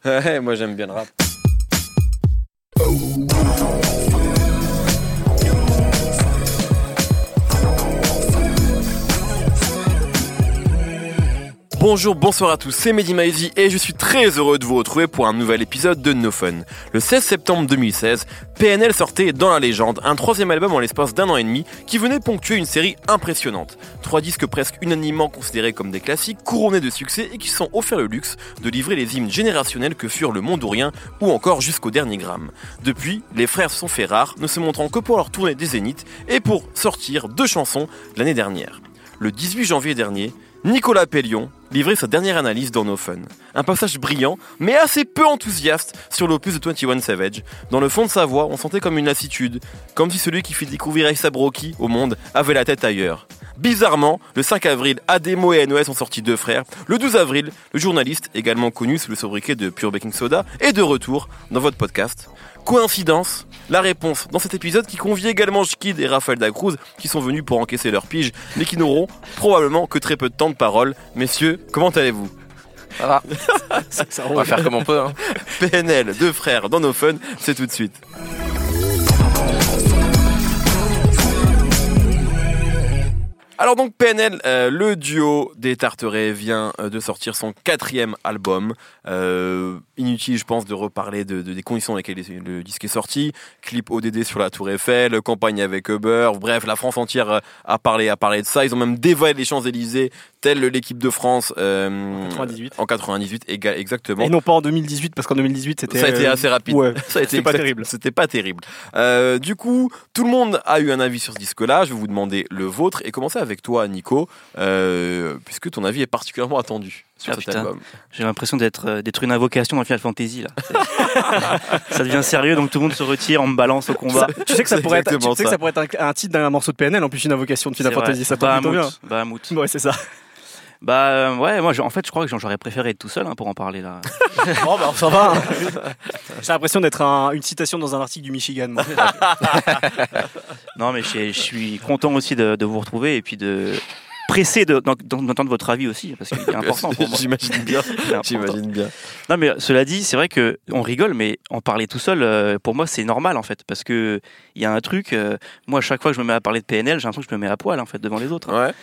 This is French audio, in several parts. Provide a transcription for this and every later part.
Ouais, moi j'aime bien le rap. Bonjour, bonsoir à tous, c'est Mehdi Maizy et je suis très heureux de vous retrouver pour un nouvel épisode de No Fun. Le 16 septembre 2016, PNL sortait Dans la légende, un troisième album en l'espace d'un an et demi qui venait ponctuer une série impressionnante. 3 disques presque unanimement considérés comme des classiques, couronnés de succès et qui se sont offert le luxe de livrer les hymnes générationnels que furent Le Mondourien ou encore Jusqu'au dernier gramme. Depuis, les frères se sont fait rares, ne se montrant que pour leur tournée des Zéniths et pour sortir 2 chansons l'année dernière. Le 18 janvier dernier, Nicolas Pellion livrait sa dernière analyse dans No Fun. Un passage brillant, mais assez peu enthousiaste sur l'opus de 21 Savage. Dans le fond de sa voix, on sentait comme une lassitude, comme si celui qui fit découvrir A$AP Rocky au monde avait la tête ailleurs. Bizarrement, le 5 avril, Ademo et NOS ont sorti 2 frères. Le 12 avril, le journaliste, également connu sous le sobriquet de Pure Baking Soda, est de retour dans votre podcast. Coïncidence ? La réponse dans cet épisode qui convie également Schkid et Raphaël Dacruz qui sont venus pour encaisser leur pige mais qui n'auront probablement que très peu de temps de parole. Messieurs, comment allez-vous ? Ça va. On va faire comme on peut. Hein. PNL, 2 frères dans No Fun, c'est tout de suite. Alors donc PNL, le duo des Tarterets vient de sortir son 4e album. Inutile je pense de reparler des conditions dans lesquelles le disque est sorti. Clip ODD sur la Tour Eiffel, campagne avec Uber, bref la France entière a parlé de ça. Ils ont même dévoilé les Champs-Élysées telle l'équipe de France en 98 exactement. Et non pas en 2018 parce qu'en 2018 c'était... Ça a été assez rapide. Ouais, c'était pas terrible. C'était pas terrible. Du coup, tout le monde a eu un avis sur ce disque-là. Je vais vous demander le vôtre et commencer avec toi, Nico, puisque ton avis est particulièrement attendu sur cet album. J'ai l'impression d'être une invocation dans Final Fantasy là. Ça devient sérieux, donc tout le monde se retire, on me balance au combat. Tu sais que ça pourrait être un titre d'un morceau de PNL en plus une invocation de Final Fantasy. Ça tombe plutôt bien. Bahamut. Ouais, c'est ça. Ouais, moi en fait je crois que j'aurais préféré être tout seul pour en parler là. Oh bah ça va. J'ai l'impression d'être une citation dans un article du Michigan. Moi. Non mais je suis content aussi de vous retrouver et puis de pressé d'entendre votre avis aussi parce qu'il est important pour moi. J'imagine bien. Non mais cela dit, c'est vrai que on rigole, mais en parler tout seul, pour moi c'est normal en fait, parce que il y a un truc. Moi, à chaque fois que je me mets à parler de PNL, j'ai l'impression que je me mets à poil en fait devant les autres. Ouais.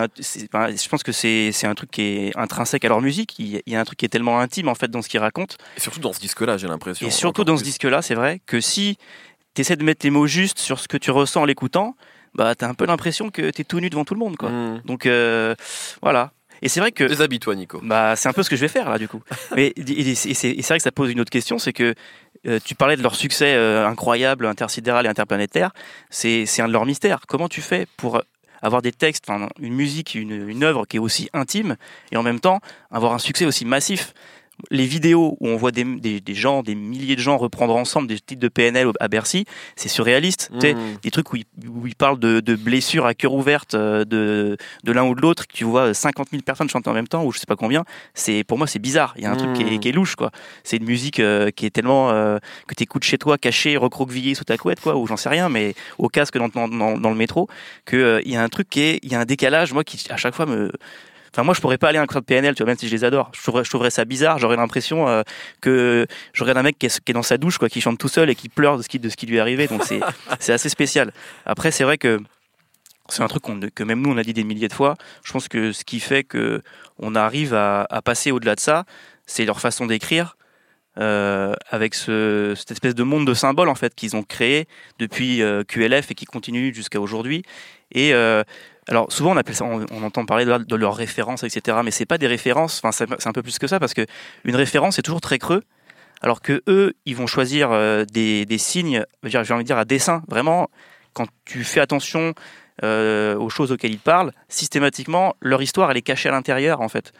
Je pense que c'est un truc qui est intrinsèque à leur musique. Il y a un truc qui est tellement intime en fait dans ce qu'ils racontent. Et surtout dans ce disque-là, j'ai l'impression. Et surtout dans ce disque-là, c'est vrai que si t'essaies de mettre les mots justes sur ce que tu ressens en l'écoutant, bah t'as un peu l'impression que t'es tout nu devant tout le monde, quoi. Donc voilà. Et c'est vrai que déshabille-toi, Nico. Bah c'est un peu ce que je vais faire là du coup. Mais c'est vrai que ça pose une autre question, c'est que tu parlais de leur succès incroyable, intersidéral et interplanétaire. C'est un de leurs mystères. Comment tu fais pour avoir des textes, une musique, une œuvre qui est aussi intime et en même temps avoir un succès aussi massif? Les vidéos où on voit des gens, des milliers de gens reprendre ensemble des titres de PNL à Bercy, c'est surréaliste. Des trucs où ils parlent de blessures à cœur ouverte de l'un ou de l'autre, que tu vois 50 000 personnes chanter en même temps, ou je sais pas combien. Pour moi, c'est bizarre. Il y a un truc qui est louche, quoi. C'est une musique qui est tellement que tu écoutes chez toi, caché, recroquevillé sous ta couette, quoi, ou j'en sais rien, mais au casque dans le métro, que il y a un truc il y a un décalage, moi, qui à chaque fois moi, je pourrais pas aller à un concert de PNL, tu vois, même si je les adore. Je trouverais ça bizarre. J'aurais l'impression que je regarde un mec qui est dans sa douche, quoi, qui chante tout seul et qui pleure de ce qui lui est arrivé. Donc c'est assez spécial. Après, c'est vrai que c'est un truc que même nous on a dit des milliers de fois. Je pense que ce qui fait que on arrive à passer au-delà de ça, c'est leur façon d'écrire. Avec cette espèce de monde de symboles en fait qu'ils ont créé depuis QLF et qui continue jusqu'à aujourd'hui. Et alors souvent on appelle ça, on entend parler de leurs références, etc. Mais c'est pas des références. Enfin c'est un peu plus que ça, parce que une référence c'est toujours très creux. Alors que eux ils vont choisir des signes, j'ai envie de dire à dessein. Vraiment, quand tu fais attention aux choses auxquelles ils parlent, systématiquement leur histoire elle est cachée à l'intérieur en fait.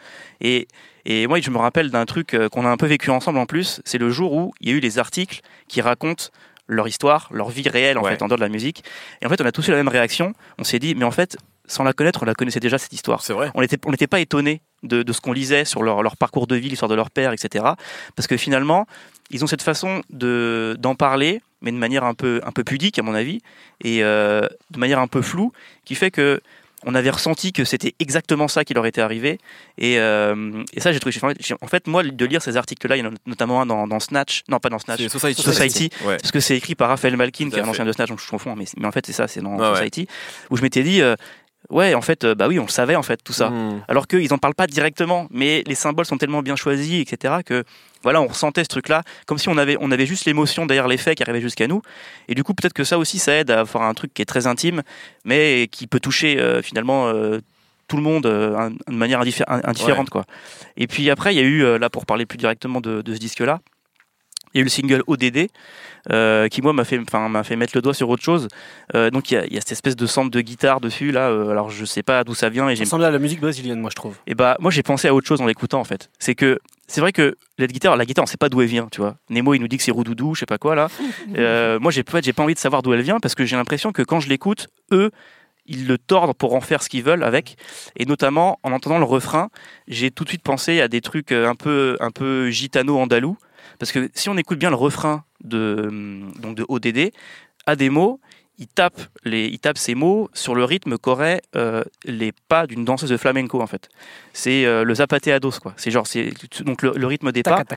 Et moi, je me rappelle d'un truc qu'on a un peu vécu ensemble en plus, c'est le jour où il y a eu les articles qui racontent leur histoire, leur vie réelle en fait, en dehors de la musique. Et en fait, on a tous eu la même réaction. On s'est dit, mais en fait, sans la connaître, on la connaissait déjà cette histoire. C'est vrai. On n'était pas étonnés de ce qu'on lisait sur leur parcours de vie, l'histoire de leur père, etc. Parce que finalement, ils ont cette façon d'en parler, mais de manière un peu pudique à mon avis, et de manière un peu floue, qui fait que on avait ressenti que c'était exactement ça qui leur était arrivé. Et ça, j'ai trouvé. En fait, moi, de lire ces articles-là, il y en a notamment un dans Snatch. Non, pas dans Snatch. Society. Ouais. Parce que c'est écrit par Raphaël Malkin, qui est un ancien de Snatch, donc je confonds. Mais en fait, c'est ça, c'est dans Society. Où je m'étais dit. Ouais, en fait, bah oui, on le savait en fait tout ça. Alors qu'ils en parlent pas directement, mais les symboles sont tellement bien choisis, etc. que voilà, on ressentait ce truc-là, comme si on avait juste l'émotion derrière les faits qui arrivait jusqu'à nous. Et du coup, peut-être que ça aussi, ça aide à avoir un truc qui est très intime, mais qui peut toucher finalement tout le monde de manière indifférente, quoi. Et puis après, il y a eu là pour parler plus directement de ce disque-là. Il y a eu le single ODD qui moi m'a fait mettre le doigt sur autre chose. Donc il y a cette espèce de sample de guitare dessus là. Alors je sais pas d'où ça vient. Et ça ressemble à la musique brésilienne, moi je trouve. Et bah moi j'ai pensé à autre chose en l'écoutant en fait. C'est vrai que la guitare on sait pas d'où elle vient, tu vois. Nemo il nous dit que c'est Roudoudou, je sais pas quoi là. Moi j'ai pas envie de savoir d'où elle vient parce que j'ai l'impression que quand je l'écoute, eux ils le tordent pour en faire ce qu'ils veulent avec, et notamment en entendant le refrain, j'ai tout de suite pensé à des trucs un peu gitano-andalou. Parce que si on écoute bien le refrain de ODD, Ademo, il tape ces mots sur le rythme qu'auraient les pas d'une danseuse de flamenco en fait. C'est le zapateados quoi. C'est genre donc le rythme des pas.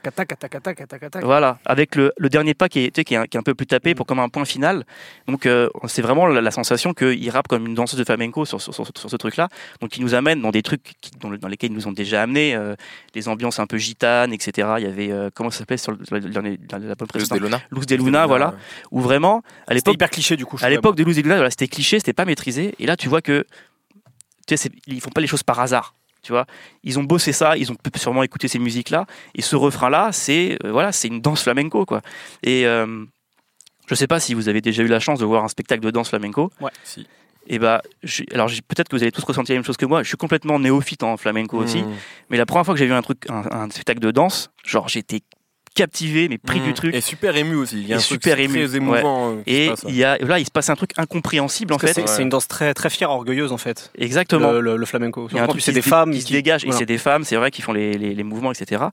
Voilà, avec le dernier pas qui est un peu plus tapé pour comme un point final. Donc c'est vraiment la sensation qu'il rappe comme une danseuse de flamenco sur ce truc-là. Donc il nous amène dans des trucs dans lesquels ils nous ont déjà amené des ambiances un peu gitanes, etc. Il y avait comment ça s'appelait sur l'album précédent, Luz de Luna, voilà. Où vraiment à l'époque c'était hyper cliché du coup. À l'époque de Luz de Luna, voilà, c'était cliché, c'était pas maîtrisé. Et là tu vois que ils font pas les choses par hasard. Tu vois, ils ont bossé ça, ils ont sûrement écouté ces musiques-là, et ce refrain-là, c'est une danse flamenco, quoi. Et je sais pas si vous avez déjà eu la chance de voir un spectacle de danse flamenco. Ouais, si. Et bah, peut-être que vous avez tous ressenti la même chose que moi. Je suis complètement néophyte en flamenco aussi, mais la première fois que j'ai vu un spectacle de danse, genre j'étais captivé, mais pris du truc. Et super ému aussi. Il y a un truc super ému, très émouvant. Ouais. Et il se passe un truc incompréhensible en fait. C'est une danse très, très fière, orgueilleuse en fait. Exactement. Le flamenco. Il y a un truc, c'est des femmes qui se dégagent, voilà. Et c'est des femmes, c'est vrai, qui font les mouvements, etc.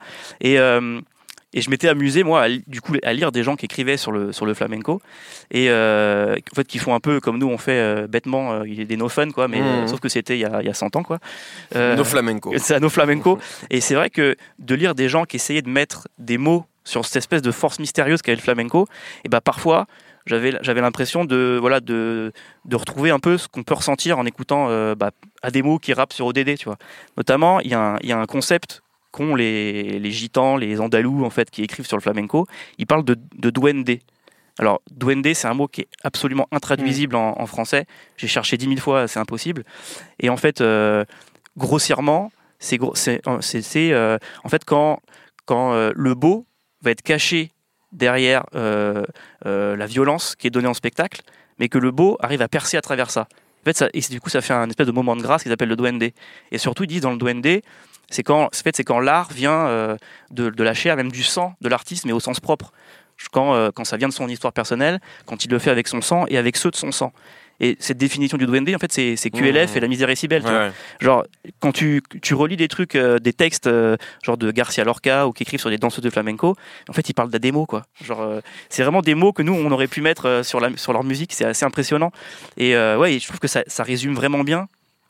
Et je m'étais amusé, moi, à lire des gens qui écrivaient sur le flamenco, et en fait, qui font un peu comme nous, on fait bêtement, des no fun, quoi, mais sauf que c'était il y a 100 ans, quoi. No flamenco. C'est no flamenco. Et c'est vrai que de lire des gens qui essayaient de mettre des mots sur cette espèce de force mystérieuse qu'est le flamenco, et bah parfois, j'avais l'impression de retrouver un peu ce qu'on peut ressentir en écoutant Ademo qui rappe sur ODD, tu vois. Notamment, il y a un concept qu'ont les gitans, les andalous en fait, qui écrivent sur le flamenco. Ils parlent de duende. Alors, duende, c'est un mot qui est absolument intraduisible en français. J'ai cherché 10 000 fois, c'est impossible. Et en fait, grossièrement, c'est en fait quand le beau va être caché derrière la violence qui est donnée en spectacle, mais que le beau arrive à percer à travers ça. En fait, du coup, ça fait un espèce de moment de grâce qu'ils appellent le duende. Et surtout, ils disent dans le duende, c'est quand l'art vient de la chair, même du sang de l'artiste, mais au sens propre. Quand ça vient de son histoire personnelle, quand il le fait avec son sang et avec ceux de son sang. Et cette définition du duende, en fait, c'est QLF et la misère est si belle. Ouais. Genre, quand tu relis des trucs, des textes, genre de Garcia Lorca ou qui écrivent sur des danseuses de flamenco, en fait, ils parlent d'ademo, quoi. Genre, c'est vraiment des mots que nous, on aurait pu mettre sur leur musique. C'est assez impressionnant. Et et je trouve que ça résume vraiment bien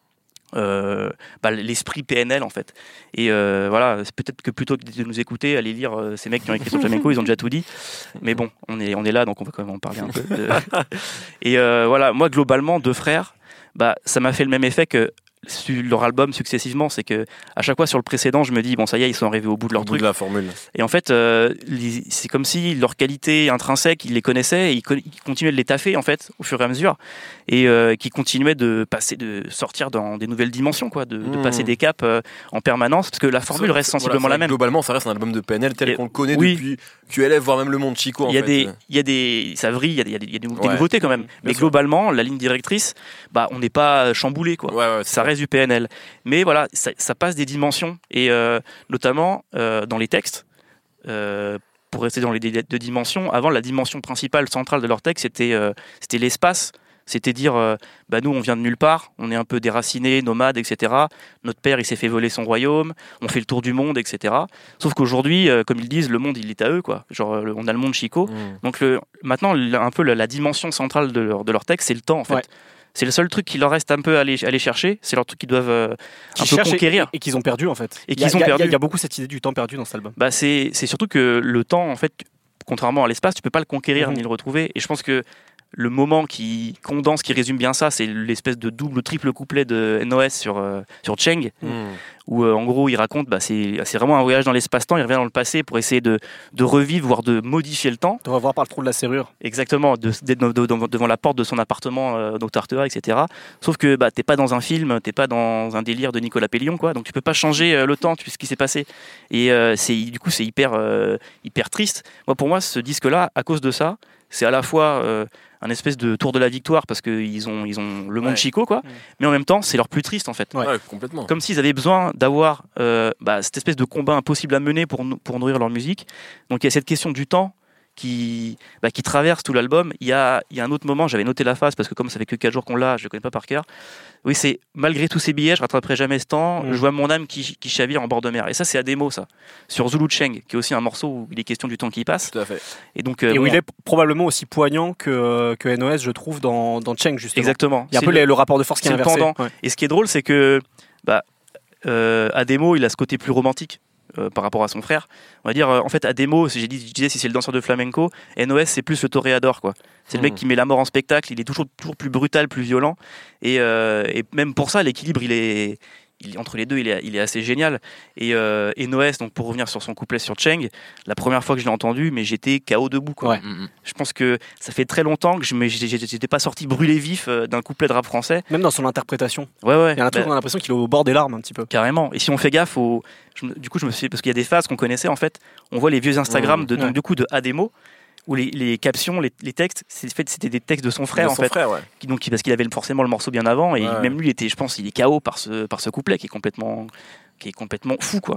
l'esprit PNL en fait. Et voilà, c'est peut-être que plutôt que de nous écouter, aller lire ces mecs qui ont écrit sur le flamenco, ils ont déjà tout dit. Mais bon, on est là, donc on va quand même en parler un peu. Et voilà, moi globalement, Deux Frères, ça m'a fait le même effet que sur leur album successivement, c'est que à chaque fois sur le précédent, je me dis bon ça y est, ils sont arrivés au bout de leur truc, de la formule. Et en fait, c'est comme si leur qualité intrinsèque, ils les connaissaient, et ils continuaient de les taffer en fait au fur et à mesure, et qui continuaient de sortir dans des nouvelles dimensions, quoi, de passer des caps en permanence, parce que la formule reste sensiblement la même. Globalement, ça reste un album de PNL tel qu'on le connaît depuis QLF, voire même le Monde Chico. Il y a des ça vrille, il y a des nouveautés quand même, mais globalement, la ligne directrice, on n'est pas chamboulé, quoi. Ça reste du PNL, mais voilà, ça passe des dimensions, et notamment dans les textes, pour rester dans les deux dimensions. Avant, la dimension principale, centrale de leur texte, c'était l'espace. C'était dire, nous on vient de nulle part, on est un peu déracinés, nomades, etc. Notre père il s'est fait voler son royaume, on fait le tour du monde, etc. Sauf qu'aujourd'hui, comme ils disent, le monde il est à eux, quoi. Genre on a le monde Chico. Donc maintenant un peu la dimension centrale de leur texte, c'est le temps en fait. Ouais. C'est le seul truc qui leur reste un peu à aller chercher. C'est leur truc qu'ils doivent un peu conquérir. Et qu'ils ont perdu en fait. Et qu'ils ont perdu. Il y a beaucoup cette idée du temps perdu dans cet album. Bah, c'est surtout que le temps, en fait, contrairement à l'espace, tu peux pas le conquérir ni le retrouver. Et je pense que le moment qui condense, qui résume bien ça, c'est l'espèce de double ou triple couplet de NOS sur Cheng, où en gros il raconte, c'est vraiment un voyage dans l'espace-temps, il revient dans le passé pour essayer de revivre, voire de modifier le temps. De revoir par le trou de la serrure. Exactement, d'être devant la porte de son appartement d'Antarctica, etc. Sauf que t'es pas dans un film, t'es pas dans un délire de Nicolas Pellion, quoi, donc tu peux pas changer le temps, ce qui s'est passé. Et du coup c'est hyper triste. Pour moi, ce disque-là, à cause de ça, c'est à la fois un espèce de tour de la victoire parce qu'ils ont le monde Chico, quoi, mais en même temps c'est leur plus triste en fait. Ouais, complètement. Comme s'ils avaient besoin d'avoir cette espèce de combat impossible à mener pour nourrir leur musique. Donc il y a cette question du temps qui traverse tout l'album. Il y a un autre moment, j'avais noté la phase parce que comme ça fait que 4 jours qu'on l'a, je le connais pas par cœur. Oui, c'est malgré tous ces billets, je rattraperai jamais ce temps, je vois mon âme qui chavire en bord de mer. Et ça, c'est Ademo, ça. Sur Zulu Cheng, qui est aussi un morceau où il est question du temps qui passe. Tout à fait. Et donc, où il est probablement aussi poignant que NOS, je trouve, dans Cheng, justement. Exactement. Il y a un peu le rapport de force qui est inversé. Ouais. Et ce qui est drôle, c'est que Ademo, il a ce côté plus romantique. Par rapport à son frère, on va dire en fait Ademo, je disais si c'est le danseur de flamenco, NOS c'est plus le toréador, quoi. C'est le mec qui met la mort en spectacle, il est toujours plus brutal, plus violent, et même pour ça l'équilibre entre les deux il est assez génial. Et NOS, donc pour revenir sur son couplet sur Cheng, la première fois que je l'ai entendu, mais j'étais KO debout, quoi. Je pense que ça fait très longtemps que j'étais pas sorti brûlé vif d'un couplet de rap français. Même dans son interprétation. Ouais. Il y a un truc, on a l'impression qu'il est au bord des larmes un petit peu. Carrément. Et si on fait gaffe, du coup je me suis, parce qu'il y a des phases qu'on connaissait en fait, on voit les vieux Instagram donc, du coup de Ademo, où les captions, les textes, c'était des textes de son frère en fait. Parce qu'il avait forcément le morceau bien avant, et même lui je pense il est KO par ce couplet qui est complètement fou, quoi.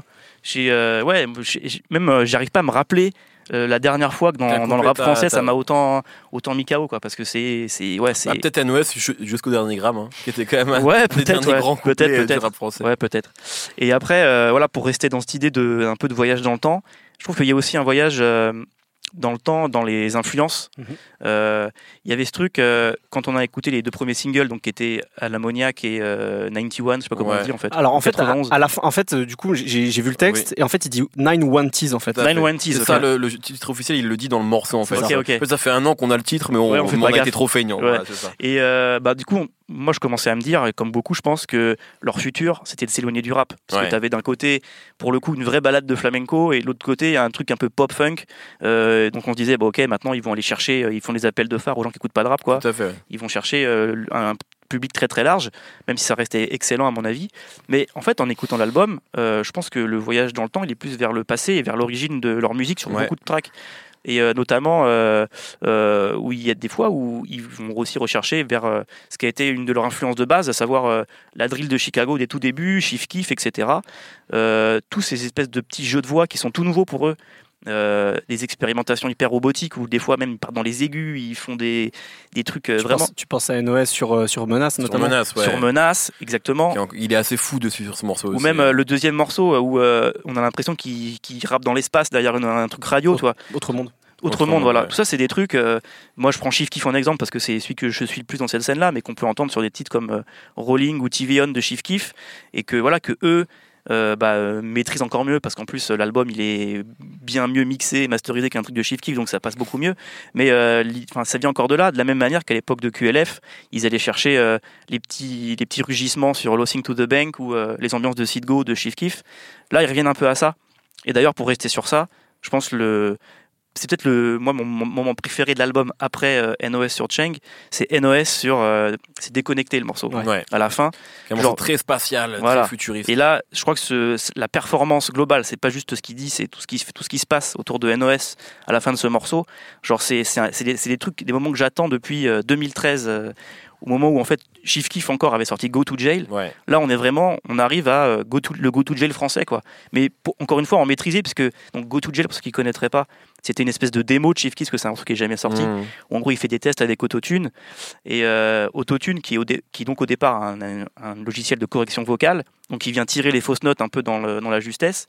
J'arrive pas à me rappeler la dernière fois que dans le rap français ça m'a autant mis KO, quoi, parce que c'est peut-être NOS jusqu'au dernier gramme, qui était quand même peut-être grand couplet du rap français. Ouais, peut-être. Et après pour rester dans cette idée un peu de voyage dans le temps, je trouve qu'il y a aussi un voyage dans le temps, dans les influences. Il y avait ce truc, quand on a écouté les 2 premiers singles, donc qui étaient À l'ammoniaque et 91, je sais pas comment on dit en fait. Alors en fait, à la fin, en fait, du coup, j'ai vu le texte, et en fait, il dit 91s en fait. 91s, c'est ça, le titre officiel, il le dit dans le morceau en fait. Okay. En fait, ça fait 1 an qu'on a le titre, mais on a été trop feignant. Ouais. Voilà, c'est ça. Et du coup, moi je commençais à me dire, comme beaucoup je pense, que leur futur c'était de s'éloigner du rap, parce que t'avais d'un côté pour le coup une vraie balade de flamenco, et de l'autre côté un truc un peu pop funk, donc on se disait ok, maintenant ils vont aller chercher, ils font des appels de phare aux gens qui écoutent pas de rap, quoi. Tout à fait. Ils vont chercher un public très très large, même si ça restait excellent à mon avis, mais en fait en écoutant l'album, je pense que le voyage dans le temps il est plus vers le passé et vers l'origine de leur musique sur beaucoup de tracks. Et notamment où il y a des fois où ils vont aussi rechercher vers ce qui a été une de leurs influences de base, à savoir la drill de Chicago des tout débuts, Chief Keef, etc. Tous ces espèces de petits jeux de voix qui sont tout nouveaux pour eux. Des expérimentations hyper robotiques où des fois même dans les aigus ils font des trucs vraiment. Tu penses à NOS sur Menace notamment. Sur Menace, exactement. Il est assez fou dessus sur ce morceau aussi. Ou même le deuxième morceau où on a l'impression qu'il rappe dans l'espace derrière un truc radio, toi. Autre monde, voilà. Ouais. Tout ça, c'est des trucs. Moi, je prends Chief Keef en exemple parce que c'est celui que je suis le plus dans cette scène-là, mais qu'on peut entendre sur des titres comme Rolling ou TV On de Chief Keef, et que eux maîtrisent encore mieux, parce qu'en plus l'album il est bien mieux mixé et masterisé qu'un truc de Chief Keef, donc ça passe beaucoup mieux. Mais ça vient encore de là, de la même manière qu'à l'époque de QLF, ils allaient chercher les petits rugissements sur Losing to the Bank ou les ambiances de Sid Go de Chief Keef. Là, ils reviennent un peu à ça. Et d'ailleurs, pour rester sur ça, je pense c'est peut-être mon moment préféré de l'album après NOS sur Cheng, c'est NOS sur c'est Déconnecté, le morceau à la fin, genre très spatial, très futuriste. Et là je crois que la performance globale, c'est pas juste ce qu'il dit, c'est tout ce qui se passe autour de NOS à la fin de ce morceau. Genre c'est des trucs, des moments que j'attends depuis 2013, au moment où en fait Chief Keef encore avait sorti Go to Jail. Là on arrive à le Go to Jail français, quoi. Mais encore une fois en maîtrisé, puisque donc Go to Jail, pour ceux qui connaîtraient pas, c'était une espèce de démo de Chief Keef, parce que c'est un truc qui est jamais sorti. Où en gros il fait des tests avec Autotune, et Autotune qui est donc au départ un logiciel de correction vocale, donc il vient tirer les fausses notes un peu dans la justesse.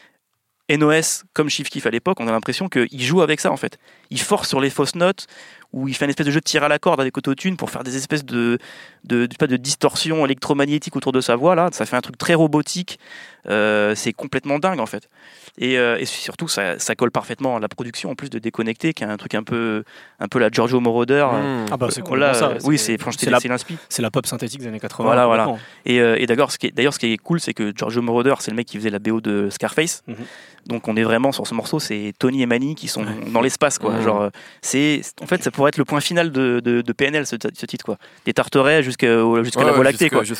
NOS, comme Chief Keef à l'époque, on a l'impression qu'il joue avec ça en fait. Il force sur les fausses notes, où il fait une espèce de jeu de tir à la corde avec autotune pour faire des espèces de distorsion électromagnétique autour de sa voix là. Ça fait un truc très robotique. C'est complètement dingue en fait. Et surtout ça colle parfaitement à la production en plus de Déconnecté, qui est un truc un peu la Giorgio Moroder. C'est complètement ça. Oui, c'est l'inspi. C'est la pop synthétique des années 80. Voilà. Et d'ailleurs, ce qui est cool, c'est que Giorgio Moroder, c'est le mec qui faisait la BO de Scarface. Donc on est vraiment sur ce morceau, c'est Tony et Manny qui sont dans l'espace, quoi. Genre, en fait, ça pourrait être le point final de PNL, ce titre, quoi. Des Tarterets jusqu'à la Voie lactée, quoi.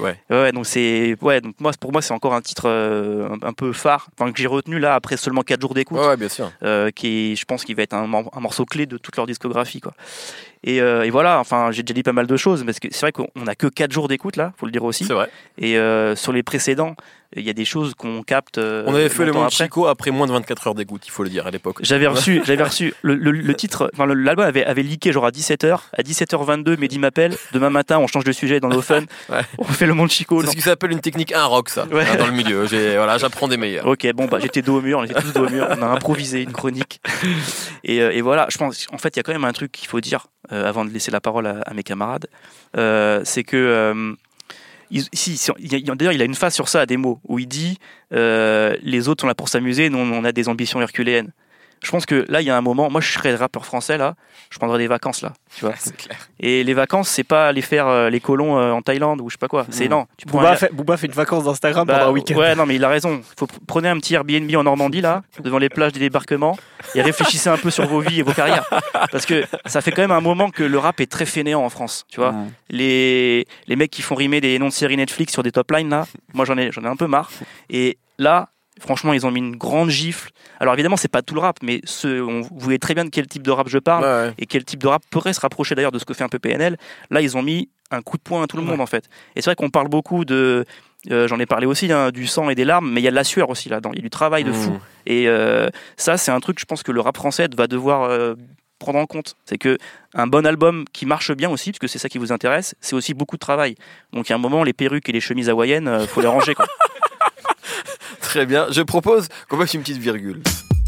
Donc pour moi, c'est encore un titre un peu phare, que j'ai retenu là après seulement 4 jours d'écoute. Ouais, bien sûr. Je pense qu'il va être un morceau clé de toute leur discographie, quoi. Et voilà, enfin, j'ai déjà dit pas mal de choses, parce que c'est vrai qu'on n'a que 4 jours d'écoute là, faut le dire aussi. C'est vrai. Et sur les précédents, il y a des choses qu'on capte. On avait fait le Monde Chico après moins de 24 heures d'écoute, il faut le dire, à l'époque. J'avais reçu le titre, l'album avait leaké genre à 17h, à 17h22, Mehdi m'appelle, demain matin on change de sujet dans No Fun, on fait le Monde Chico. C'est ce qui s'appelle une technique 1 rock, ça, dans le milieu. J'apprends des meilleurs. Ok, bon, j'étais dos au mur, on était tous dos au mur, on a improvisé une chronique. Et voilà, je pense, en fait, il y a quand même un truc qu'il faut dire avant de laisser la parole à mes camarades, c'est que d'ailleurs, il a une phase sur ça, à des mots, où il dit les autres sont là pour s'amuser, nous on a des ambitions herculéennes. Je pense que là, il y a un moment, moi je serais rappeur français là, je prendrais des vacances là, tu vois. C'est clair. Et les vacances, c'est pas aller faire les colons en Thaïlande ou je sais pas quoi. C'est non. Booba fait une vacance d'Instagram pendant un week-end. Ouais, non, mais il a raison. Prenez un petit Airbnb en Normandie là, devant les plages des débarquements, et réfléchissez un peu sur vos vies et vos carrières, parce que ça fait quand même un moment que le rap est très fainéant en France, tu vois. Les mecs qui font rimer des noms de séries Netflix sur des top lines là, moi j'en ai un peu marre. Et là, franchement, ils ont mis une grande gifle. Alors évidemment, c'est pas tout le rap, mais vous voyez très bien de quel type de rap je parle, et quel type de rap pourrait se rapprocher d'ailleurs de ce que fait un peu PNL. Là, ils ont mis un coup de poing à tout le monde en fait. Et c'est vrai qu'on parle beaucoup de, j'en ai parlé aussi, du sang et des larmes, mais il y a de la sueur aussi là-dedans. Il y a du travail de fou. Et ça, c'est un truc, je pense que le rap français va devoir prendre en compte. C'est que un bon album qui marche bien aussi, parce que c'est ça qui vous intéresse, c'est aussi beaucoup de travail. Donc il y a un moment, les perruques et les chemises hawaïennes, faut les ranger, quoi. Très bien, je propose qu'on fasse une petite virgule.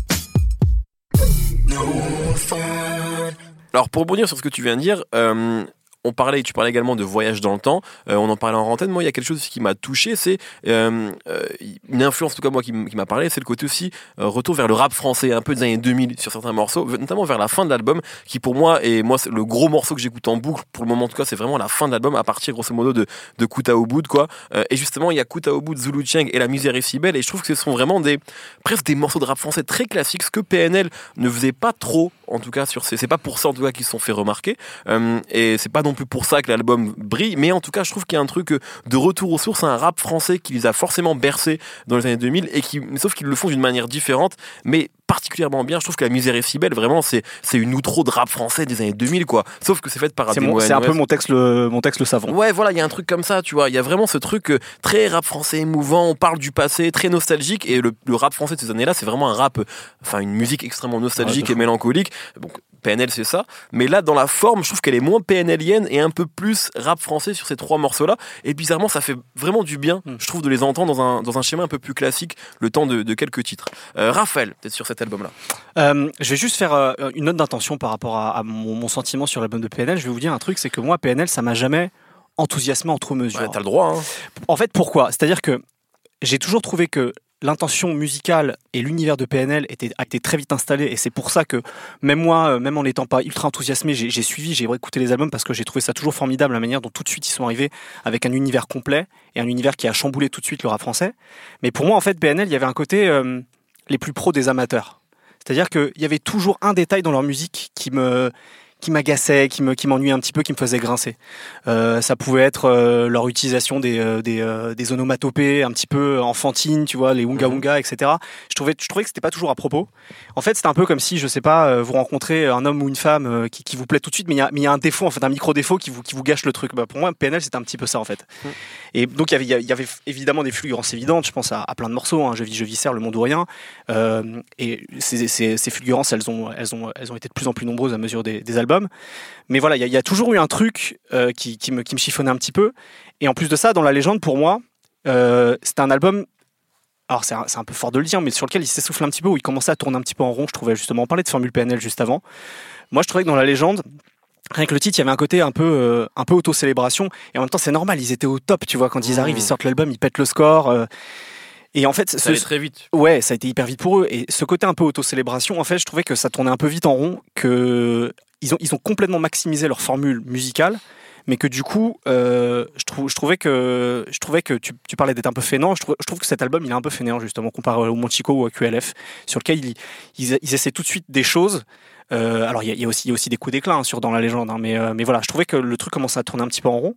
Alors pour rebondir sur ce que tu viens de dire, tu parlais également de voyage dans le temps, on en parlait en antenne. Moi, il y a quelque chose qui m'a touché, c'est une influence, en tout cas moi, qui m'a parlé, c'est le côté aussi retour vers le rap français, un peu des années 2000 sur certains morceaux, notamment vers la fin de l'album, qui pour moi, c'est le gros morceau que j'écoute en boucle, pour le moment en tout cas, c'est vraiment la fin de l'album, à partir grosso modo de Kuta au bout, quoi. Et justement, il y a Kuta au bout, Zulu Cheng et La misère est si belle, et je trouve que ce sont vraiment presque des morceaux de rap français très classiques, ce que PNL ne faisait pas trop, en tout cas, c'est pas pour ça en tout cas qu'ils se sont fait remarquer, et c'est pas non plus pour ça que l'album brille, mais en tout cas je trouve qu'il y a un truc de retour aux sources, un rap français qui les a forcément bercés dans les années 2000, sauf qu'ils le font d'une manière différente, mais particulièrement bien. Je trouve que La misère est si belle, vraiment c'est une outro de rap français des années 2000, quoi, sauf que c'est fait par c'est un peu mon texte le savon. Ouais, voilà, il y a un truc comme ça, tu vois, il y a vraiment ce truc très rap français émouvant, on parle du passé, très nostalgique, et le rap français de ces années-là, c'est vraiment un rap, une musique extrêmement nostalgique et mélancolique. Donc PNL c'est ça, mais là dans la forme je trouve qu'elle est moins PNLienne et un peu plus rap français sur ces 3 morceaux là, et bizarrement ça fait vraiment du bien, je trouve, de les entendre dans un schéma un peu plus classique le temps de quelques titres. Raphaël, peut-être sur cet album là. Je vais juste faire une note d'intention par rapport à mon sentiment sur l'album de PNL. Je vais vous dire un truc, c'est que moi PNL ça m'a jamais enthousiasmé entre mesures. Ouais, t'as le droit, hein. En fait, pourquoi ? C'est-à-dire que j'ai toujours trouvé que l'intention musicale et l'univers de PNL a été très vite installé, et c'est pour ça que même moi, même en n'étant pas ultra enthousiasmé, j'ai écouté les albums, parce que j'ai trouvé ça toujours formidable, la manière dont tout de suite ils sont arrivés avec un univers complet et un univers qui a chamboulé tout de suite le rap français. Mais pour moi en fait PNL, il y avait un côté les plus pros des amateurs. C'est-à-dire qu'il y avait toujours un détail dans leur musique qui m'agaçait, qui m'ennuyait un petit peu, qui me faisait grincer. Ça pouvait être leur utilisation des onomatopées un petit peu enfantines, tu vois, les Wunga Wunga, etc. Je trouvais que c'était pas toujours à propos. En fait, c'était un peu comme si, je sais pas, vous rencontrez un homme ou une femme qui vous plaît tout de suite, mais il y a un défaut, en fait, un micro-défaut qui vous gâche le truc. Pour moi, PNL, c'était un petit peu ça, en fait. Et donc, il y avait évidemment des fulgurances évidentes. Je pense à plein de morceaux, hein. Je vis le monde ou rien. Et ces fulgurances, elles ont été de plus en plus nombreuses à mesure des albums. Mais voilà, il y a toujours eu un truc qui me chiffonnait un petit peu. Et en plus de ça, dans la légende, pour moi, c'était un album. alors c'est un peu fort de le dire, mais sur lequel il s'essouffle un petit peu, où il commençait à tourner un petit peu en rond, je trouvais justement. On parlait de Formule PNL juste avant. Moi, je trouvais que dans la légende, rien que le titre, il y avait un côté un peu auto-célébration, et en même temps, c'est normal, ils étaient au top, tu vois, quand ils arrivent, ils sortent l'album, ils pètent le score. Et en fait, ça allait très vite. Ouais, ça a été hyper vite pour eux. Et ce côté un peu auto-célébration, en fait, je trouvais que ça tournait un peu vite en rond, que ils ont complètement maximisé leur formule musicale, mais que du coup, je trouvais que tu parlais d'être un peu fainéant. Je trouve que cet album, il est un peu fainéant justement comparé au Montico ou à QLF, sur lequel ils essaient tout de suite des choses. Alors il y a aussi des coups d'éclat dans la légende, mais voilà, je trouvais que le truc commençait à tourner un petit peu en rond.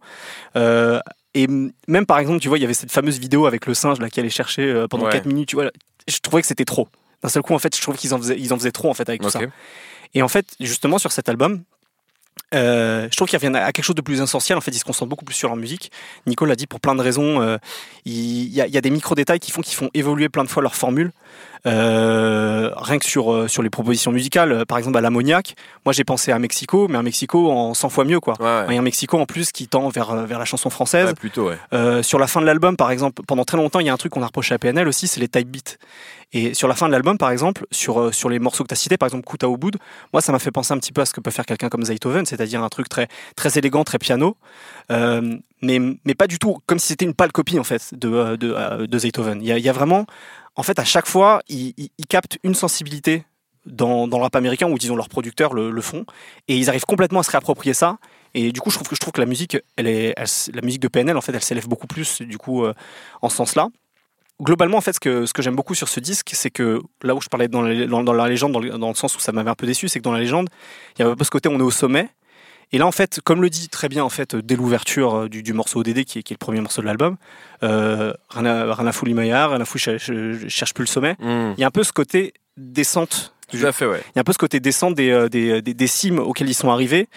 Et même par exemple, tu vois, il y avait cette fameuse vidéo avec le singe là qui allait chercher pendant 4 minutes, tu vois, je trouvais que c'était trop. D'un seul coup, en fait, je trouvais qu'ils en faisaient trop en fait avec tout ça. Et en fait, justement sur cet album, je trouve qu'ils reviennent à quelque chose de plus essentiel. En fait, ils se concentrent beaucoup plus sur leur musique. Nico l'a dit pour plein de raisons. Il y a des micro-détails qui font évoluer plein de fois leur formule. Rien que sur les propositions musicales, par exemple à l'Ammoniaque, moi j'ai pensé à Mexico, mais un Mexico en 100 fois mieux, quoi. Et un Mexico en plus qui tend vers la chanson française. Plutôt, sur la fin de l'album, par exemple, pendant très longtemps, il y a un truc qu'on a reproché à PNL aussi, c'est les type beats. Et sur la fin de l'album, par exemple, sur les morceaux que tu as cités, par exemple Kuta Ubud, moi ça m'a fait penser un petit peu à ce que peut faire quelqu'un comme Zaytoven, c'est-à-dire un truc très, très élégant, très piano, mais pas du tout comme si c'était une pâle copie en fait de Zaytoven. Il y a vraiment, en fait, à chaque fois, ils captent une sensibilité dans le rap américain, ou disons leurs producteurs le font, et ils arrivent complètement à se réapproprier ça. Et du coup, je trouve que la musique, la musique de PNL, en fait, elle s'élève beaucoup plus du coup en ce sens-là. Globalement, en fait, ce que j'aime beaucoup sur ce disque, c'est que là où je parlais dans la légende, dans le sens où ça m'avait un peu déçu, c'est que dans la légende, il y a un peu ce côté on est au sommet. Et là, en fait, comme le dit très bien en fait dès l'ouverture du morceau ODD, qui est le premier morceau de l'album, rien à foutre Limaillard, rien à foutre, je cherche plus le sommet. Il y a un peu ce côté descente. Tout à fait, ouais. Il y a un peu ce côté descente des cimes auxquelles ils sont arrivés.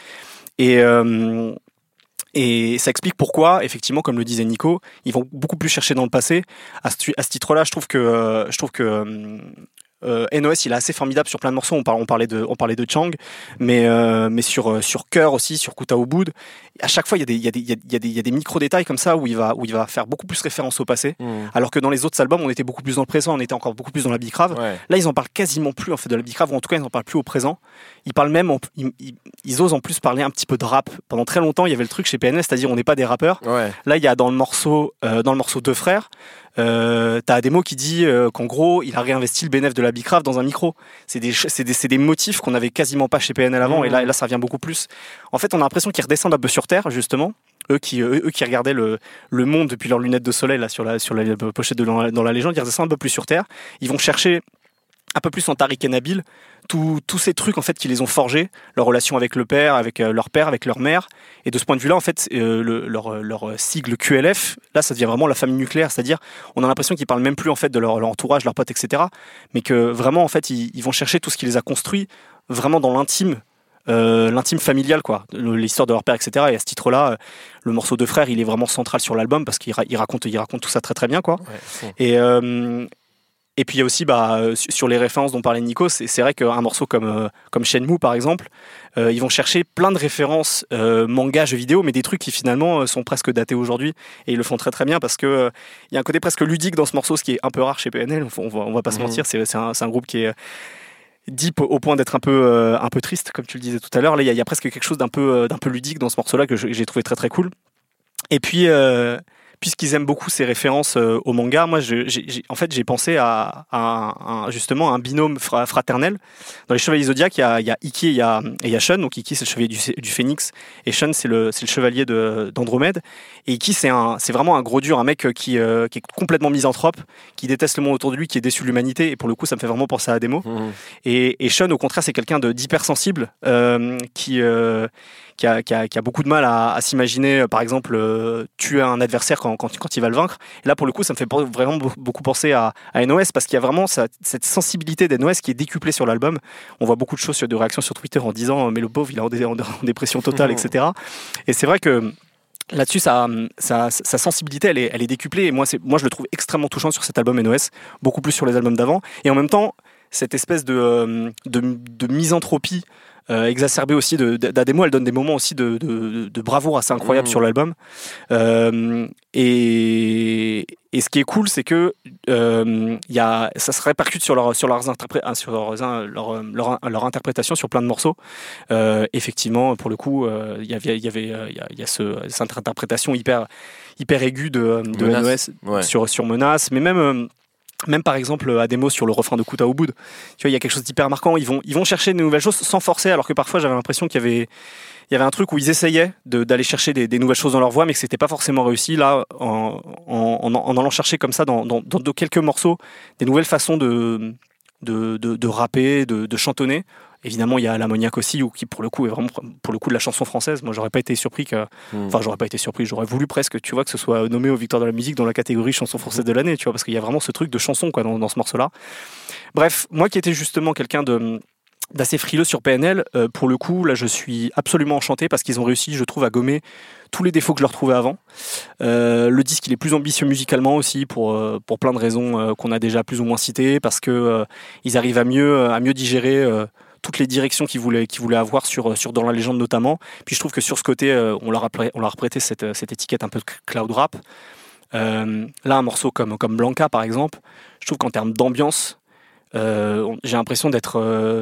Et ça explique pourquoi, effectivement, comme le disait Nico, ils vont beaucoup plus chercher dans le passé. À ce titre-là, je trouve que NOS, il est assez formidable sur plein de morceaux. On parlait de Chang, mais sur Cœur aussi, sur Kuta Ubud. À chaque fois, il y a des micro détails comme ça où il va faire beaucoup plus référence au passé. Alors que dans les autres albums, on était beaucoup plus dans le présent, on était encore beaucoup plus dans la bicrave. Là, ils en parlent quasiment plus en fait de la bicrave, ou en tout cas, ils en parlent plus au présent. Ils parlent même, ils osent en plus parler un petit peu de rap. Pendant très longtemps, il y avait le truc chez PNL, c'est-à-dire on n'est pas des rappeurs. Là, il y a dans le morceau Deux Frères. T'as Ademo qui dit qu'en gros il a réinvesti le bénéfice de la bicrave dans un micro. C'est des motifs qu'on avait quasiment pas chez PNL avant, et là ça revient beaucoup plus. En fait, on a l'impression qu'ils redescendent un peu sur terre, justement, eux qui regardaient le monde depuis leurs lunettes de soleil là sur la pochette dans la légende. Ils redescendent un peu plus sur terre, ils vont chercher un peu plus en Tariq et Nabil tous ces trucs en fait qui les ont forgés, leur relation avec le père, avec leur père, avec leur mère. Et de ce point de vue là, en fait, leur sigle QLF, là ça devient vraiment la famille nucléaire, c'est-à-dire on a l'impression qu'ils parlent même plus en fait de leur entourage, leurs potes, etc., mais que vraiment en fait ils vont chercher tout ce qui les a construits vraiment dans l'intime familial, quoi, l'histoire de leur père, etc. Et à ce titre-là, le morceau Deux Frères, il est vraiment central sur l'album parce qu'il raconte tout ça très très bien, quoi. Et puis il y a aussi sur les références dont parlait Nico, c'est vrai qu'un morceau comme Shenmue par exemple, ils vont chercher plein de références manga, jeux vidéo, mais des trucs qui finalement sont presque datés aujourd'hui, et ils le font très très bien parce que il y a un côté presque ludique dans ce morceau, ce qui est un peu rare chez PNL, on va pas se mentir, c'est un groupe qui est deep au point d'être un peu triste, comme tu le disais tout à l'heure. Là il y a presque quelque chose d'un peu ludique dans ce morceau là que j'ai trouvé très très cool. Et puis puisqu'ils aiment beaucoup ces références au manga, moi en fait j'ai pensé à justement un binôme fraternel. Dans les Chevaliers Zodiac, il y a Ikki et il y a Shun. Donc Ikki c'est le chevalier du Phénix, et Shun c'est le chevalier d'Andromède. Et Ikki c'est vraiment un gros dur, un mec qui est complètement misanthrope, qui déteste le monde autour de lui, qui est déçu de l'humanité, et pour le coup ça me fait vraiment penser à Ademo. Et Shun au contraire c'est quelqu'un d'hypersensible qui a beaucoup de mal à s'imaginer, par exemple, tuer un adversaire quand il va le vaincre. Et là, pour le coup, ça me fait vraiment beaucoup penser à NOS, parce qu'il y a vraiment cette sensibilité d'NOS qui est décuplée sur l'album. On voit beaucoup de choses, de réactions sur Twitter en disant « mais le pauvre, il est en dépression totale », etc. Et c'est vrai que là-dessus, sa sensibilité, elle est décuplée. Et moi, je le trouve extrêmement touchant sur cet album NOS, beaucoup plus sur les albums d'avant. Et en même temps, cette espèce de misanthropie exacerbée aussi d'Ademo. Elle donne des moments aussi de bravoure assez incroyables sur l'album. Et ce qui est cool, c'est que ça se répercute sur leur interprétation sur plein de morceaux. Effectivement, pour le coup, il y a cette interprétation hyper aiguë de NOS sur Menace, mais même par exemple Ademo sur le refrain de Kuta Ubud, tu vois, il y a quelque chose d'hyper marquant. Ils vont chercher de nouvelles choses sans forcer, alors que parfois j'avais l'impression qu'il y avait un truc où ils essayaient d'aller chercher des nouvelles choses dans leur voix, mais que c'était pas forcément réussi. Là, en allant chercher comme ça dans quelques morceaux des nouvelles façons de rapper, de chantonner. Évidemment, il y a l'ammoniaque aussi, qui pour le coup est vraiment pour le coup de la chanson française. Moi, j'aurais pas été surpris j'aurais voulu presque, tu vois, que ce soit nommé aux Victoires de la musique dans la catégorie chanson française de l'année, tu vois, parce qu'il y a vraiment ce truc de chanson quoi dans ce morceau-là. Bref, moi qui étais justement quelqu'un d'assez frileux sur PNL, pour le coup, là, je suis absolument enchanté parce qu'ils ont réussi, je trouve, à gommer tous les défauts que je leur trouvais avant. Le disque, il est plus ambitieux musicalement aussi pour plein de raisons qu'on a déjà plus ou moins citées, parce que ils arrivent à mieux digérer toutes les directions qu'ils voulaient avoir sur Dans la légende notamment. Puis je trouve que sur ce côté, on leur a prêté cette étiquette un peu cloud rap. Là, un morceau comme Blanca, par exemple, je trouve qu'en termes d'ambiance, j'ai l'impression d'être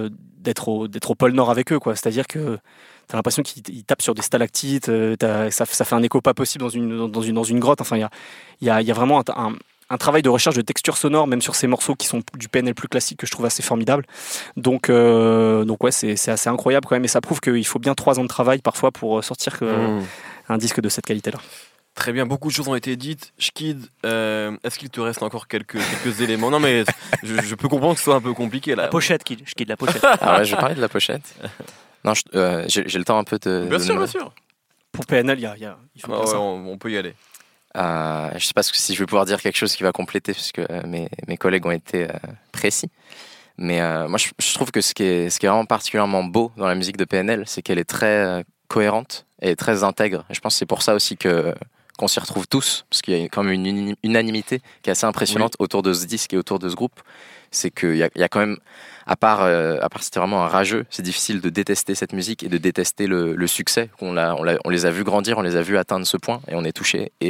au pôle Nord avec eux, quoi. C'est-à-dire que t'as l'impression qu'ils tapent sur des stalactites, ça fait un écho pas possible dans une grotte. Enfin, il y a vraiment un travail de recherche de texture sonore, même sur ces morceaux qui sont du PNL plus classique, que je trouve assez formidable. Donc ouais, c'est assez incroyable quand même, et ça prouve qu'il faut bien 3 ans de travail parfois pour sortir un disque de cette qualité-là. Très bien, beaucoup de choses ont été dites. Schkid, est-ce qu'il te reste encore quelques éléments? Non, mais je peux comprendre que ce soit un peu compliqué là. La pochette, Schkid, la pochette. Ah ouais, je vais parler de la pochette. Non, j'ai le temps un peu de... Bien sûr. Pour PNL, il faut ça. On peut y aller. Je sais pas si je vais pouvoir dire quelque chose qui va compléter, puisque mes collègues ont été précis. Mais moi, je trouve que ce qui est vraiment particulièrement beau dans la musique de PNL, c'est qu'elle est très cohérente et très intègre. Et je pense que c'est pour ça aussi qu'on s'y retrouve tous, parce qu'il y a quand même une unanimité qui est assez impressionnante autour de ce disque et autour de ce groupe. C'est qu'il y a quand même, à part si c'était vraiment un rageux, c'est difficile de détester cette musique et de détester le succès. On les a vus grandir, on les a vus atteindre ce point, et on est touchés. Et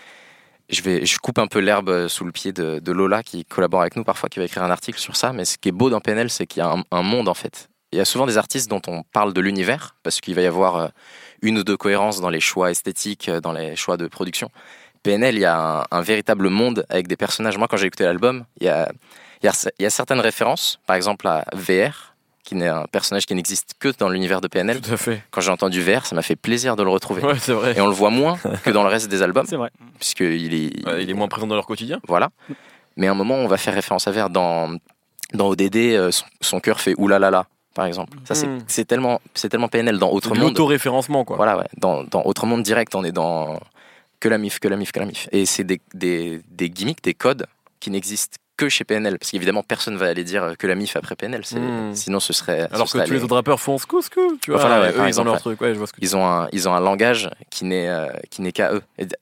je coupe un peu l'herbe sous le pied de Lola, qui collabore avec nous parfois, qui va écrire un article sur ça. Mais ce qui est beau dans PNL, c'est qu'il y a un monde, en fait. Il y a souvent des artistes dont on parle de l'univers, parce qu'il va y avoir une ou deux cohérences dans les choix esthétiques, dans les choix de production. PNL, il y a un véritable monde avec des personnages. Moi, quand j'ai écouté l'album, il y a certaines références, par exemple à VR, qui n'est un personnage qui n'existe que dans l'univers de PNL. Tout à fait. Quand j'ai entendu VR, ça m'a fait plaisir de le retrouver. Ouais, c'est vrai. Et on le voit moins que dans le reste des albums. C'est vrai. Puisqu'il il est moins présent dans leur quotidien. Voilà. Mais à un moment, on va faire référence à VR dans ODD, son cœur fait oulalala, par exemple. Ça, c'est tellement PNL dans Autre Monde. L'auto-référencement, quoi. Voilà, ouais. Dans Autre Monde direct, on est dans que la mif. Et c'est des gimmicks, des codes qui n'existent que chez PNL, parce qu'évidemment personne va aller dire que la mif après PNL, sinon ce serait... Alors que tous les autres rappeurs font scoop, tu vois, voilà, ouais, eux ils ont leur truc, ouais, je vois ce que ils ont un langage qui n'est qu'à eux. Et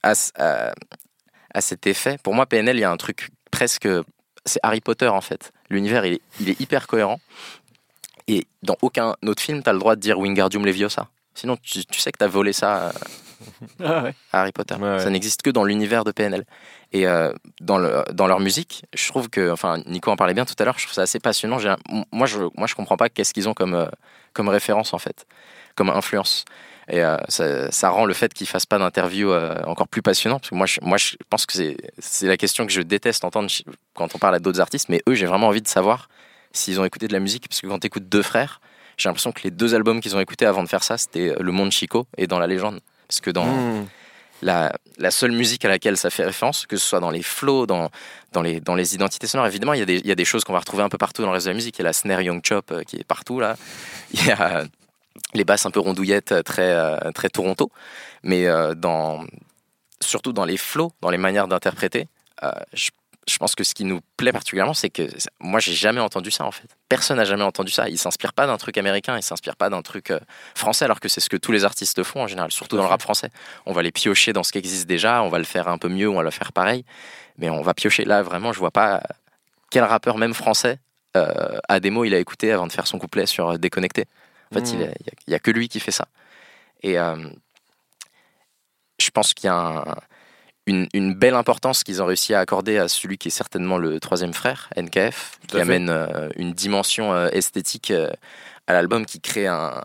à cet effet, pour moi PNL, il y a un truc presque... C'est Harry Potter en fait. L'univers il est hyper cohérent, et dans aucun autre film t'as le droit de dire Wingardium Leviosa. Sinon tu sais que t'as volé ça à Harry Potter. Ouais. Ça n'existe que dans l'univers de PNL. Et dans leur musique, je trouve que, enfin, Nico en parlait bien tout à l'heure, je trouve ça assez passionnant. Moi, je comprends pas qu'est-ce qu'ils ont comme référence, en fait, comme influence. Et ça rend le fait qu'ils fassent pas d'interview encore plus passionnant, parce que moi, je pense que c'est la question que je déteste entendre quand on parle à d'autres artistes, mais eux, j'ai vraiment envie de savoir s'ils ont écouté de la musique, parce que quand t'écoutes deux frères, j'ai l'impression que les 2 albums qu'ils ont écoutés avant de faire ça, c'était Le Monde Chico et Dans la légende. Parce que dans la seule musique à laquelle ça fait référence, que ce soit dans les flows, dans les identités sonores, évidemment, il y a des choses qu'on va retrouver un peu partout dans le reste de la musique. Il y a la snare Young Chop qui est partout, là. Il y a les basses un peu rondouillettes, très, très Toronto. Mais surtout dans les flows, dans les manières d'interpréter, je pense que ce qui nous plaît particulièrement, c'est que moi, j'ai jamais entendu ça, en fait. Personne n'a jamais entendu ça. Ils s'inspirent pas d'un truc américain, ils s'inspirent pas d'un truc français, alors que c'est ce que tous les artistes font en général, surtout dans le rap français. On va les piocher dans ce qui existe déjà, on va le faire un peu mieux, on va le faire pareil, mais on va piocher. Là, vraiment, je vois pas quel rappeur, même français, Ademo, il a écouté avant de faire son couplet sur Déconnecté. En fait, il y a que lui qui fait ça. Et je pense qu'il y a une belle importance qu'ils ont réussi à accorder à celui qui est certainement le troisième frère, NKF, qui amène une dimension esthétique à l'album qui crée,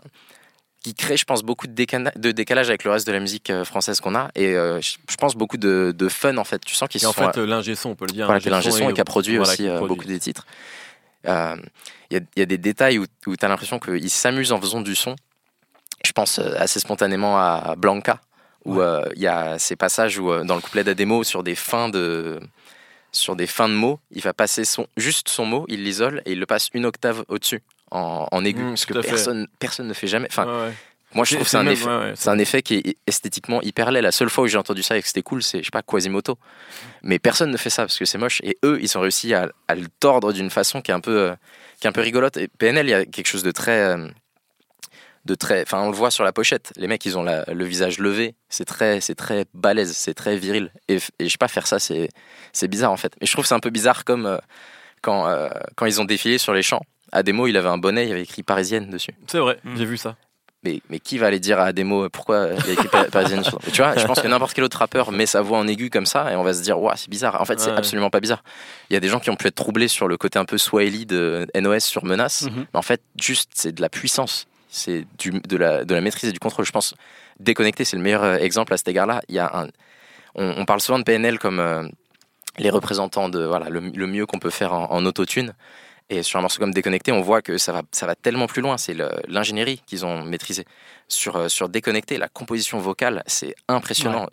je pense, beaucoup de décalage avec le reste de la musique française qu'on a. Et je pense beaucoup de fun, en fait. Tu sens qu'ils sont... en fait, l'ingé son, on peut le dire. Voilà, l'ingé son et qui a produit aussi beaucoup des titres. Il y a des détails où tu as l'impression qu'ils s'amusent en faisant du son. Je pense assez spontanément à Blanca, où il y a ces passages où, dans le couplet d'Ademo, sur des fins de mots, il va passer juste son mot, il l'isole et il le passe une octave au-dessus, en aigu, ce que personne ne fait jamais. Enfin, moi, je trouve que c'est un effet qui est esthétiquement hyper laid. La seule fois où j'ai entendu ça et que c'était cool, c'est, je sais pas, Quasimoto. Mais personne ne fait ça parce que c'est moche. Et eux, ils ont réussi à le tordre d'une façon qui est un peu rigolote. Et PNL, il y a quelque chose de très... enfin, on le voit sur la pochette. Les mecs, ils ont le visage levé. C'est très balèze, c'est très viril. Et je sais pas, faire ça, c'est bizarre en fait. Mais je trouve que c'est un peu bizarre comme quand ils ont défilé sur les champs. Ademo, il avait un bonnet, il y avait écrit Parisienne dessus. C'est vrai, j'ai vu ça. Mais qui va aller dire à Ademo pourquoi il y a écrit Parisienne sur... Tu vois, je pense que n'importe quel autre rappeur met sa voix en aigu comme ça et on va se dire, c'est bizarre. En fait, c'est absolument pas bizarre. Il y a des gens qui ont pu être troublés sur le côté un peu Swahili de NOS sur Menace. Mais en fait, juste, c'est de la puissance. C'est de la maîtrise et du contrôle. Je pense Déconnecté, c'est le meilleur exemple à cet égard-là. On parle souvent de PNL comme les représentants de le mieux qu'on peut faire en autotune. Et sur un morceau comme Déconnecté, on voit que ça va tellement plus loin. C'est l'ingénierie qu'ils ont maîtrisée. Sur Déconnecté, la composition vocale, c'est impressionnant.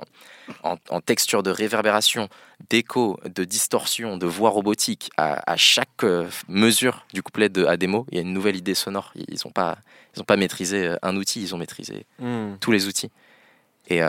En texture de réverbération, d'écho, de distorsion, de voix robotique, à chaque mesure du couplet de Ademo, il y a une nouvelle idée sonore. Ils n'ont pas maîtrisé un outil, ils ont maîtrisé tous les outils. Et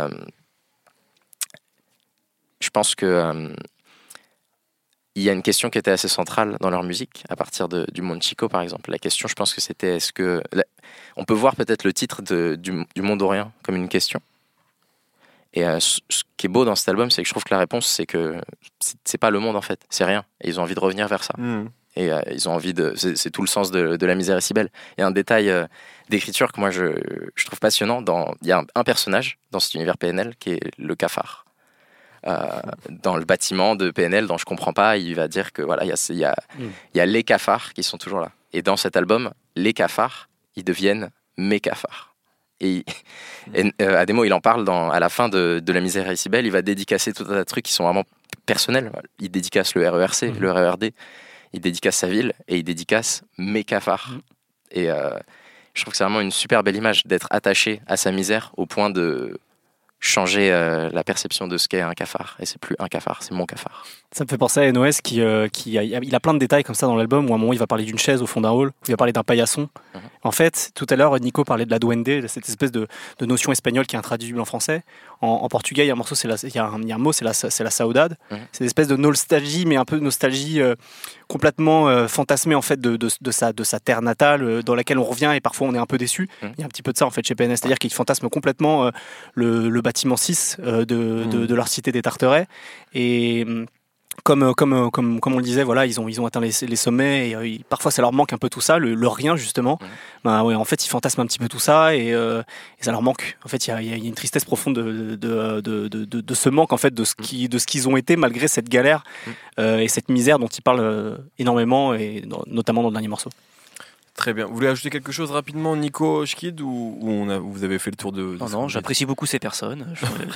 je pense que il y a une question qui était assez centrale dans leur musique, à partir du Monde Chico par exemple. La question, je pense que c'était, on peut voir peut-être le titre du Monde Orient comme une question. Et ce qui est beau dans cet album, c'est que je trouve que la réponse, c'est que c'est pas le monde en fait, c'est rien. Et ils ont envie de revenir vers ça. Et ils ont envie c'est tout le sens de La misère est si belle. Il y a un détail d'écriture que moi je trouve passionnant. Il y a un personnage dans cet univers PNL qui est le cafard. Dans le bâtiment de PNL dont je comprends pas, il va dire que voilà, il y a les cafards qui sont toujours là. Et dans cet album, les cafards, ils deviennent mes cafards. Et Ademo, il en parle à la fin de La misère est si belle. Il va dédicacer tout un tas de trucs qui sont vraiment personnels. Il dédicace le RERC, le RERD, il dédicace sa ville et il dédicace mes cafards. Et je trouve que c'est vraiment une super belle image d'être attaché à sa misère au point de changer la perception de ce qu'est un cafard. Et c'est plus un cafard, c'est mon cafard. Ça me fait penser à NOS il a plein de détails comme ça dans l'album où à un moment il va parler d'une chaise au fond d'un hall, où il va parler d'un paillasson. En fait, tout à l'heure, Nico parlait de la duende, cette espèce de notion espagnole qui est intraduisible en français. En portugais, il y a un morceau, il y a un mot, c'est la saudade. C'est une espèce de nostalgie, mais un peu de nostalgie complètement fantasmée en fait de sa terre natale, dans laquelle on revient et parfois on est un peu déçu. Il y a un petit peu de ça en fait chez PNL, c'est-à-dire qu'ils fantasment complètement le bâtiment 6 de leur cité des Tarterets. Et comme on le disait, voilà, ils ont atteint les sommets et parfois ça leur manque un peu tout ça, le rien justement. En fait, ils fantasment un petit peu tout ça et ça leur manque. En fait, il y a une tristesse profonde de ce manque en fait de ce qu'ils ont été malgré cette galère et cette misère dont ils parlent énormément et notamment dans le dernier morceau. Très bien. Vous voulez ajouter quelque chose rapidement, Nico, Schkid, ou vous avez fait le tour de Non, j'apprécie beaucoup ces personnes.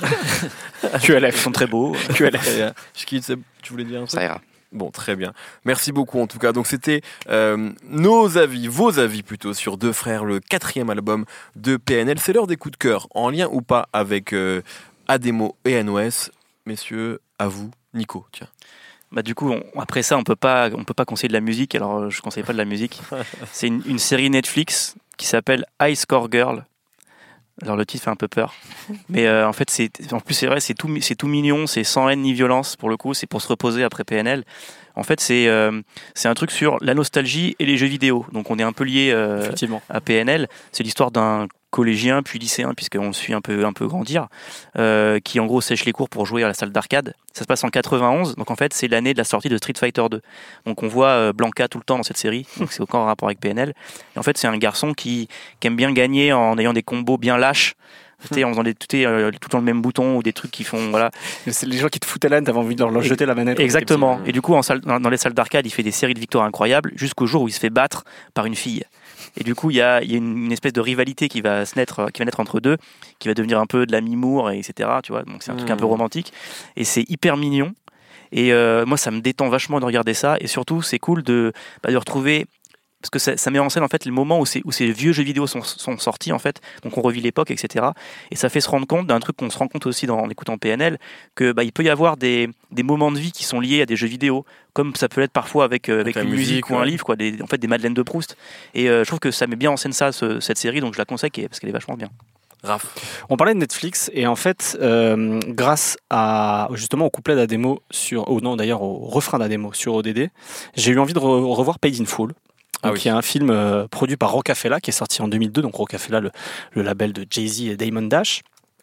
QLF, ils sont très beaux. QLF. Schkid, tu voulais dire un truc ? Ça ira. Bon, très bien. Merci beaucoup en tout cas. Donc c'était vos avis plutôt, sur Deux Frères, le 4e album de PNL. C'est l'heure des coups de cœur, en lien ou pas avec Ademo et NOS. Messieurs, à vous. Nico, tiens. Du coup, après ça, on peut pas conseiller de la musique. Alors, je conseille pas de la musique. C'est une série Netflix qui s'appelle High Score Girl. Alors le titre fait un peu peur, mais en fait c'est tout mignon, c'est sans haine ni violence pour le coup. C'est pour se reposer après PNL. En fait, c'est un truc sur la nostalgie et les jeux vidéo. Donc on est un peu lié à PNL. C'est l'histoire d'un collégien puis lycéen, puisqu'on le suit un peu grandir, qui en gros sèche les cours pour jouer à la salle d'arcade. Ça se passe en 91, donc en fait c'est l'année de la sortie de Street Fighter 2. Donc on voit Blanca tout le temps dans cette série, donc c'est aucun rapport avec PNL. Et en fait c'est un garçon qui aime bien gagner en ayant des combos bien lâches, en faisant tout le temps le même bouton ou des trucs qui font voilà. C'est les gens qui te foutent à l'âne, t'avais envie de leur jeter la manette. Exactement. Et du coup dans les salles d'arcade il fait des séries de victoires incroyables jusqu'au jour où il se fait battre par une fille. Et du coup il y a une espèce de rivalité qui va naître entre deux, qui va devenir un peu de l'ami-mour, etc. Tu vois, donc c'est un truc un peu romantique et c'est hyper mignon. Et moi ça me détend vachement de regarder ça, et surtout c'est cool de retrouver, parce que ça met en scène en fait le moment où ces vieux jeux vidéo sont sortis en fait, donc on revit l'époque, etc. Et ça fait se rendre compte d'un truc qu'on se rend compte aussi en écoutant PNL, que il peut y avoir des moments de vie qui sont liés à des jeux vidéo, comme ça peut être parfois avec une musique ou un livre, quoi, des Madeleines de Proust. Et je trouve que ça met bien en scène cette série, donc je la conseille parce qu'elle est vachement bien. Raph. On parlait de Netflix, et en fait, grâce justement au couplet d'Ademo au refrain d'Ademo sur ODD, j'ai eu envie de revoir Paid in Full. Qui est un film produit par Rocafella, qui est sorti en 2002, donc Rocafella, le label de Jay-Z et Damon Dash.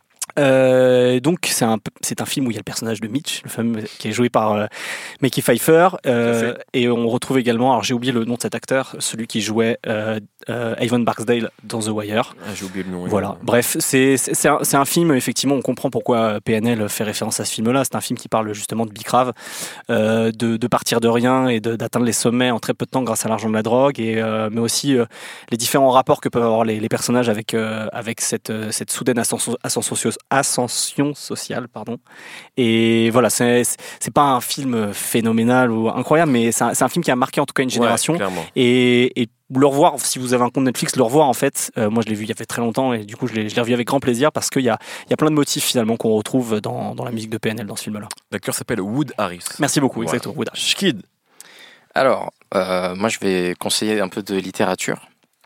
Donc c'est un film où il y a le personnage de Mitch, le fameux, qui est joué par Mickey Pfeiffer, et on retrouve également, alors j'ai oublié le nom de cet acteur, celui qui jouait Avon Barksdale dans The Wire. J'ai oublié le nom. Voilà. Bref, c'est un film, effectivement, on comprend pourquoi PNL fait référence à ce film-là. C'est un film qui parle justement de bicrave, de partir de rien et d'atteindre les sommets en très peu de temps grâce à l'argent de la drogue, mais aussi les différents rapports que peuvent avoir les personnages avec cette soudaine ascension sociale, pardon. Et voilà, c'est pas un film phénoménal ou incroyable, mais c'est un film qui a marqué en tout cas une génération. Et le revoir, si vous avez un compte Netflix, le revoir en fait, moi je l'ai vu il y a très longtemps, et du coup je l'ai revu avec grand plaisir, parce qu'il y a plein de motifs finalement qu'on retrouve dans la musique de PNL dans ce film-là. L'acteur s'appelle Wood Harris. Merci beaucoup, exactement, Wood Harris. Schkid. Alors, moi je vais conseiller un peu de littérature.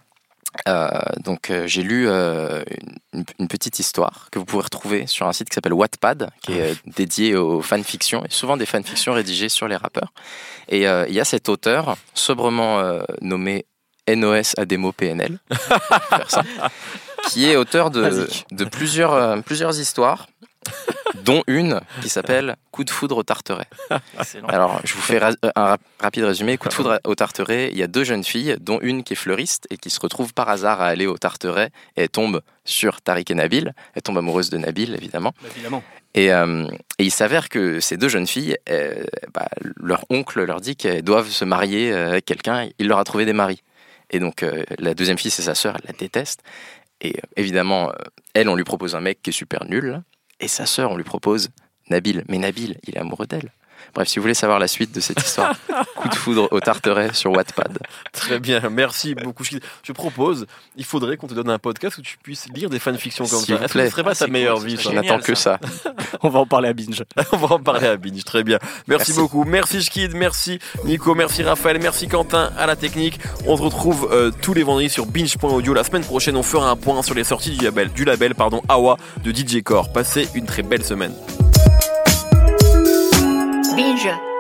Donc j'ai lu une petite histoire que vous pourrez retrouver sur un site qui s'appelle Wattpad, qui est dédié aux fanfictions, et souvent des fanfictions rédigées sur les rappeurs. Et il y a cet auteur sobrement nommé NOS Ademo PNL, qui est auteur de plusieurs histoires, dont une qui s'appelle Coup de foudre au Tarteret. Excellent. Alors, je vous fais un rapide résumé. Coup de foudre au Tarteret, il y a 2 jeunes filles, dont une qui est fleuriste et qui se retrouve par hasard à aller au Tarteret, et elle tombe sur Tariq et Nabil. Elle tombe amoureuse de Nabil, évidemment. Évidemment. Et il s'avère que ces 2 jeunes filles, leur oncle leur dit qu'elles doivent se marier avec quelqu'un. Il leur a trouvé des maris. Et donc, la deuxième fille, c'est sa sœur, elle la déteste. Et évidemment, elle, on lui propose un mec qui est super nul. Et sa sœur, on lui propose Nabil. Mais Nabil, il est amoureux d'elle. Bref, si vous voulez savoir la suite de cette histoire, Coup de foudre au Tarteret sur Wattpad. Très bien, merci beaucoup. Je propose, il faudrait qu'on te donne un podcast où tu puisses lire des fanfictions comme ça. Est-ce que ce serait pas ta meilleure vie, ça? On n'attend que ça. On va en parler à Binge. On va en parler à Binge, très bien. Merci beaucoup. Merci Schkid, merci Nico, merci Raphaël, merci Quentin à la technique. On se retrouve tous les vendredis sur binge.audio. La semaine prochaine, on fera un point sur les sorties du label Awa de DJ Core. Passez une très belle semaine. Binge.